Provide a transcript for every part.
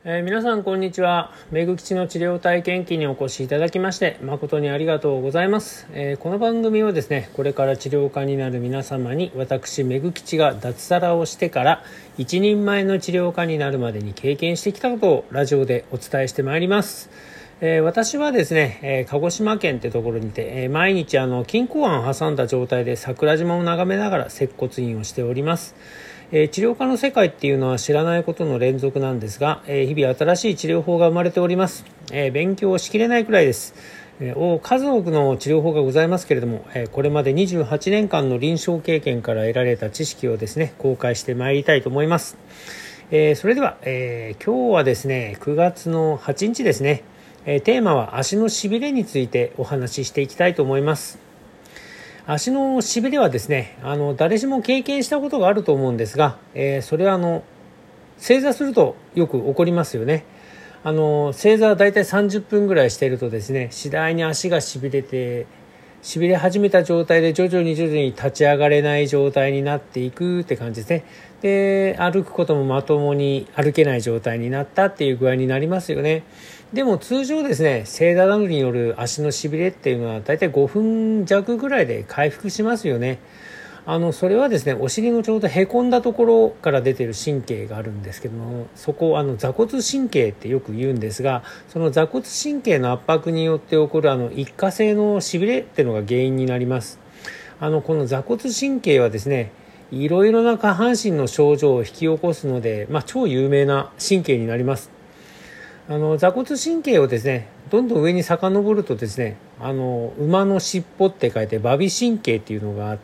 皆さんこんにちは。めぐきちの治療体験記にお越しいただきまして誠にありがとうございます。この番組はですね、これから治療家になる皆様に私めぐきちが脱サラをしてから一人前の治療家になるまでに経験してきたことをラジオでお伝えしてまいります。私はですね、鹿児島県ってところにて、毎日錦江湾を挟んだ状態で桜島を眺めながら接骨院をしております。治療科の世界っていうのは知らないことの連続なんですが、日々新しい治療法が生まれております。勉強しきれないくらいです。数多くの治療法がございますけれども、これまで28年間の臨床経験から得られた知識をですね、公開してまいりたいと思います。それでは、今日はですね、9月の8日ですね、テーマは足のしびれについてお話ししていきたいと思います。足のしびれはですね、誰しも経験したことがあると思うんですが、それは正座するとよく起こりますよね。正座はだいたい30分ぐらいしているとですね、次第に足がしびれ始めた状態で徐々に立ち上がれない状態になっていくって感じですね。で、歩くこともまともに歩けない状態になったっていう具合になりますよね。でも通常ですね、正座などによる足のしびれっていうのはだいたい5分弱ぐらいで回復しますよね。それはですね、お尻のちょうどへこんだところから出ている神経があるんですけども、そこを座骨神経ってよく言うんですが、その座骨神経の圧迫によって起こる一過性のしびれっていうのが原因になります。この座骨神経はですね、いろいろな下半身の症状を引き起こすので、超有名な神経になります。座骨神経をですね、どんどん上に遡るとですね、馬の尻尾って書いて馬尾神経っていうのがあって、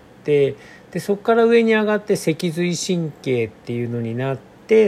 でそこから上に上がって脊髄神経っていうのになって、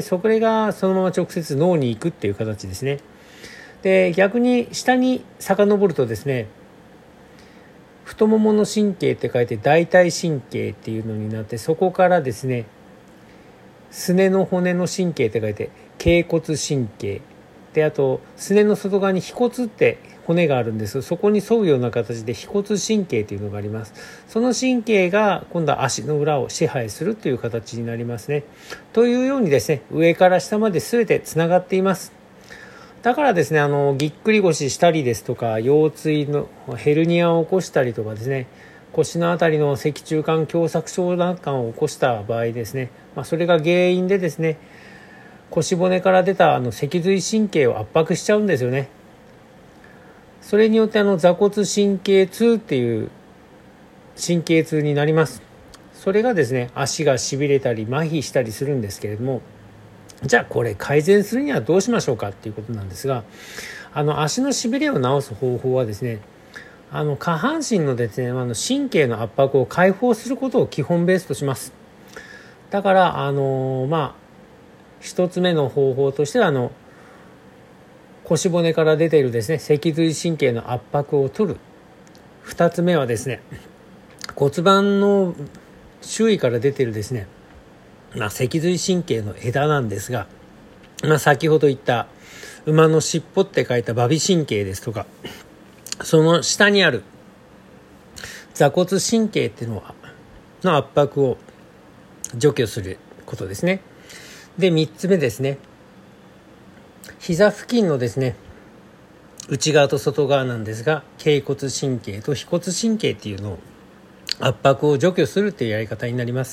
それがそのまま直接脳に行くっていう形ですね。で逆に下に遡るとですね、太ももの神経って書いて大腿神経っていうのになって、そこからですね、すねの骨の神経って書いて脛骨神経で、あとすねの外側に腓骨って骨があるんです。そこに沿うような形で腓骨神経というのがあります。その神経が今度は足の裏を支配するという形になりますね。というようにですね、上から下まで全てつながっています。だからですね、ぎっくり腰したりですとか、腰椎のヘルニアを起こしたりとかですね、腰のあたりの脊柱管狭窄症なんかを起こした場合ですね、それが原因でですね、腰骨から出た脊髄神経を圧迫しちゃうんですよね。それによって座骨神経痛っていう神経痛になります。それがですね、足がしびれたり麻痺したりするんですけれども、じゃあこれ改善するにはどうしましょうかっていうことなんですが、足のしびれを治す方法はですね、下半身のですね、神経の圧迫を解放することを基本ベースとします。だから一つ目の方法としては腰骨から出ているですね、脊髄神経の圧迫を取る。二つ目はですね、骨盤の周囲から出ているですね、脊髄神経の枝なんですが、先ほど言った馬の尻尾って書いた馬尾神経ですとか、その下にある座骨神経っていうの圧迫を除去することですね。で、3つ目ですね、膝付近のですね、内側と外側なんですが、脛骨神経と腓骨神経っていうのを圧迫を除去するっていうやり方になります。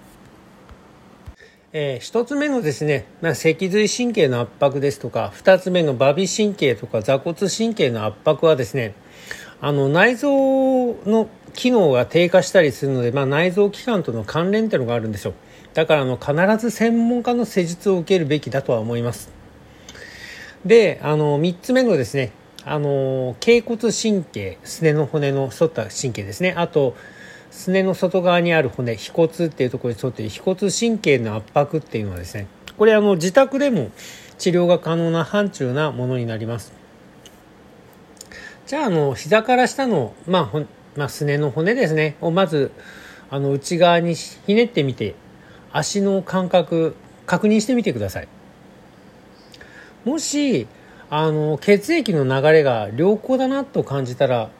一つ目のですね、脊髄神経の圧迫ですとか、二つ目の馬尾神経とか座骨神経の圧迫はですね、内臓の機能が低下したりするので、内臓器官との関連というのがあるんですよ。だから必ず専門家の施術を受けるべきだとは思います。で、3つ目のですね、脛骨神経、すねの骨の反った神経ですね。あとすねの外側にある骨、腓骨っていうところに沿っている腓骨神経の圧迫っていうのはですね、これ自宅でも治療が可能な範疇なものになります。じゃあ膝から下のすねの骨ですねをまず内側にひねってみて、足の感覚確認してみてください。もし血液の流れが良好だなと感じたら、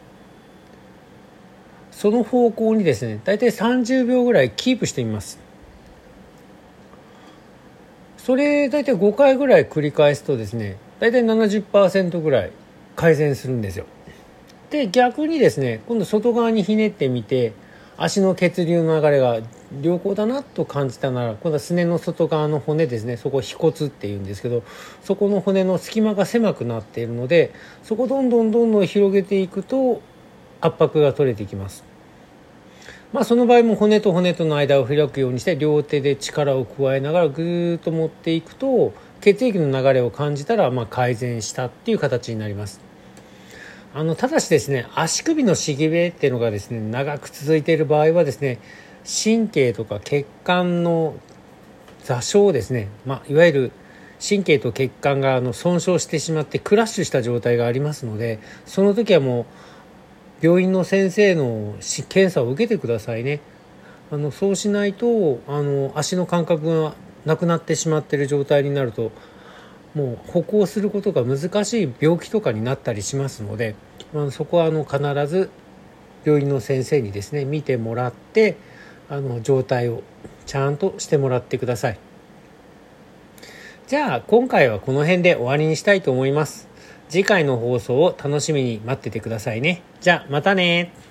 その方向にですね、だいたい30秒ぐらいキープしてみます。 それ大体5回ぐらい繰り返すとですね、大体 70% ぐらい改善するんですよ。で逆にですね、今度外側にひねってみて足の血流の流れが良好だなと感じたなら、今度はすねの外側の骨ですね、そこ腓骨っていうんですけど、そこの骨の隙間が狭くなっているので、そこをどんどん広げていくと圧迫が取れてきます。その場合も骨と骨との間を開くようにして両手で力を加えながらぐーっと持っていくと、血液の流れを感じたら改善したっていう形になります。ただしですね、足首のしびれっていうのがですね長く続いている場合はですね、神経とか血管の座礁ですね、いわゆる神経と血管が損傷してしまってクラッシュした状態がありますので、その時はもう病院の先生の検査を受けてくださいね。そうしないと足の感覚がなくなってしまっている状態になると、もう歩行することが難しい病気とかになったりしますので、そこは必ず病院の先生にですね見てもらって、状態をちゃんとしてもらってください。じゃあ今回はこの辺で終わりにしたいと思います。次回の放送を楽しみに待っててくださいね。じゃあまたね。